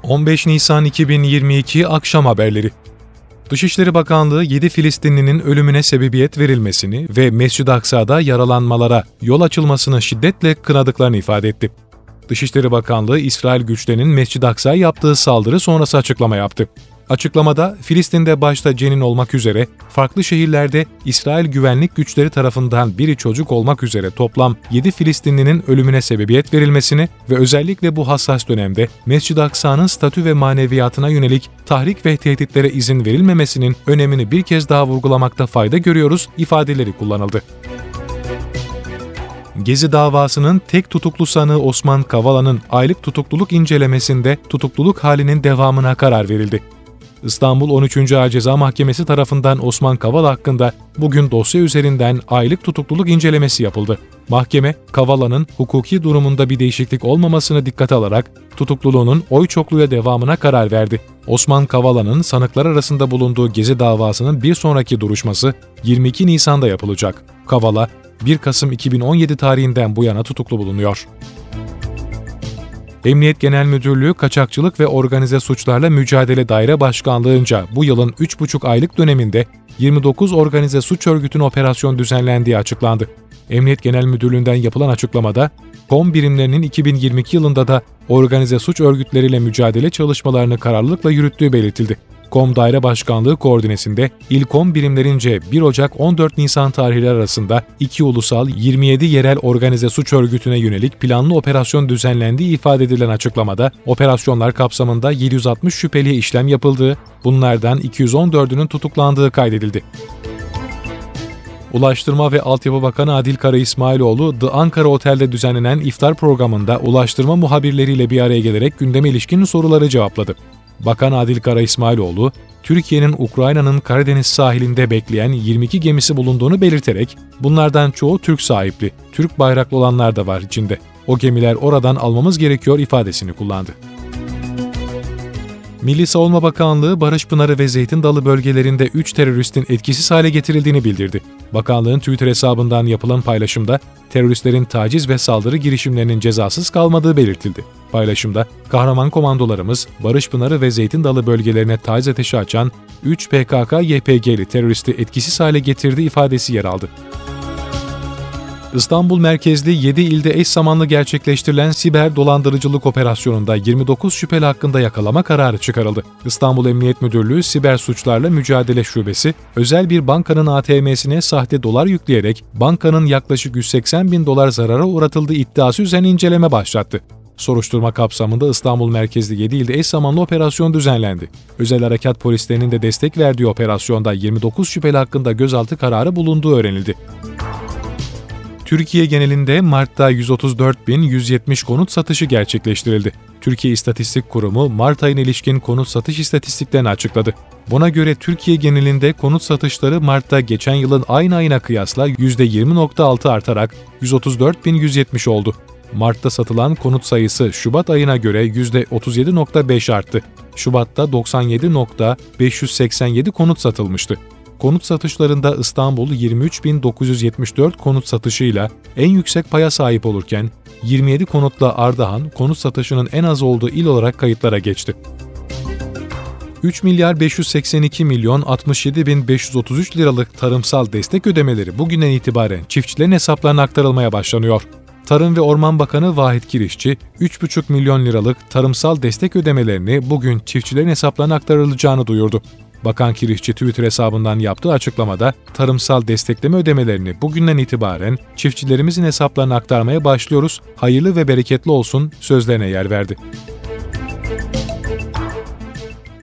15 Nisan 2022 Akşam Haberleri. Dışişleri Bakanlığı 7 Filistinlinin ölümüne sebebiyet verilmesini ve Mescid-i Aksa'da yaralanmalara yol açılmasını şiddetle kınadıklarını ifade etti. Dışişleri Bakanlığı, İsrail güçlerinin Mescid-i Aksa'ya yaptığı saldırı sonrası açıklama yaptı. Açıklamada, Filistin'de başta Cenin olmak üzere farklı şehirlerde İsrail güvenlik güçleri tarafından biri çocuk olmak üzere toplam 7 Filistinlinin ölümüne sebebiyet verilmesini ve özellikle bu hassas dönemde Mescid-i Aksa'nın statü ve maneviyatına yönelik tahrik ve tehditlere izin verilmemesinin önemini bir kez daha vurgulamakta fayda görüyoruz ifadeleri kullanıldı. Gezi davasının tek tutuklu sanığı Osman Kavala'nın aylık tutukluluk incelemesinde tutukluluk halinin devamına karar verildi. İstanbul 13. Ağır Ceza Mahkemesi tarafından Osman Kavala hakkında bugün dosya üzerinden aylık tutukluluk incelemesi yapıldı. Mahkeme, Kavala'nın hukuki durumunda bir değişiklik olmamasını dikkate alarak tutukluluğunun oy çokluğuyla devamına karar verdi. Osman Kavala'nın sanıklar arasında bulunduğu Gezi davasının bir sonraki duruşması 22 Nisan'da yapılacak. Kavala, 1 Kasım 2017 tarihinden bu yana tutuklu bulunuyor. Emniyet Genel Müdürlüğü Kaçakçılık ve Organize Suçlarla Mücadele Daire Başkanlığı'nca bu yılın 3,5 aylık döneminde 29 organize suç örgütüne operasyon düzenlendiği açıklandı. Emniyet Genel Müdürlüğü'nden yapılan açıklamada, KOM birimlerinin 2022 yılında da organize suç örgütleriyle mücadele çalışmalarını kararlılıkla yürüttüğü belirtildi. KOM Daire Başkanlığı koordinesinde İl KOM birimlerince 1 Ocak-14 Nisan tarihleri arasında 2 ulusal 27 yerel organize suç örgütüne yönelik planlı operasyon düzenlendiği ifade edilen açıklamada, operasyonlar kapsamında 760 şüpheliye işlem yapıldığı, bunlardan 214'ünün tutuklandığı kaydedildi. Ulaştırma ve Altyapı Bakanı Adil Kara İsmailoğlu, The Ankara Otel'de düzenlenen iftar programında ulaştırma muhabirleriyle bir araya gelerek gündeme ilişkin soruları cevapladı. Bakan Adil Kara İsmailoğlu, Türkiye'nin Ukrayna'nın Karadeniz sahilinde bekleyen 22 gemisi bulunduğunu belirterek, bunlardan çoğu Türk sahipli, Türk bayraklı olanlar da var içinde. O gemiler oradan almamız gerekiyor ifadesini kullandı. Milli Savunma Bakanlığı, Barışpınarı ve Zeytin Dalı bölgelerinde 3 teröristin etkisiz hale getirildiğini bildirdi. Bakanlığın Twitter hesabından yapılan paylaşımda, teröristlerin taciz ve saldırı girişimlerinin cezasız kalmadığı belirtildi. Paylaşımda, kahraman komandolarımız, Barışpınarı ve Zeytin Dalı bölgelerine taciz ateşi açan 3 PKK-YPG'li teröristi etkisiz hale getirdiği ifadesi yer aldı. İstanbul merkezli 7 ilde eş zamanlı gerçekleştirilen siber dolandırıcılık operasyonunda 29 şüpheli hakkında yakalama kararı çıkarıldı. İstanbul Emniyet Müdürlüğü Siber Suçlarla Mücadele Şubesi, özel bir bankanın ATM'sine sahte dolar yükleyerek bankanın yaklaşık 180 bin dolar zarara uğratıldığı iddiası üzerine inceleme başlattı. Soruşturma kapsamında İstanbul merkezli 7 ilde eş zamanlı operasyon düzenlendi. Özel harekat polislerinin de destek verdiği operasyonda 29 şüpheli hakkında gözaltı kararı bulunduğu öğrenildi. Türkiye genelinde Mart'ta 134.170 konut satışı gerçekleştirildi. Türkiye İstatistik Kurumu Mart ayına ilişkin konut satış istatistiklerini açıkladı. Buna göre Türkiye genelinde konut satışları Mart'ta geçen yılın aynı ayına kıyasla %20.6 artarak 134.170 oldu. Mart'ta satılan konut sayısı Şubat ayına göre %37.5 arttı. Şubat'ta 97.587 konut satılmıştı. Konut satışlarında İstanbul 23.974 konut satışıyla en yüksek paya sahip olurken 27 konutla Ardahan konut satışının en az olduğu il olarak kayıtlara geçti. 3 milyar 582 milyon 67 bin 533 liralık tarımsal destek ödemeleri bugünden itibaren çiftçilerin hesaplarına aktarılmaya başlanıyor. Tarım ve Orman Bakanı Vahit Kirişçi, 3,5 milyon liralık tarımsal destek ödemelerini bugün çiftçilerin hesaplarına aktarılacağını duyurdu. Bakan Kirişçi Twitter hesabından yaptığı açıklamada tarımsal destekleme ödemelerini bugünden itibaren çiftçilerimizin hesaplarına aktarmaya başlıyoruz, hayırlı ve bereketli olsun sözlerine yer verdi.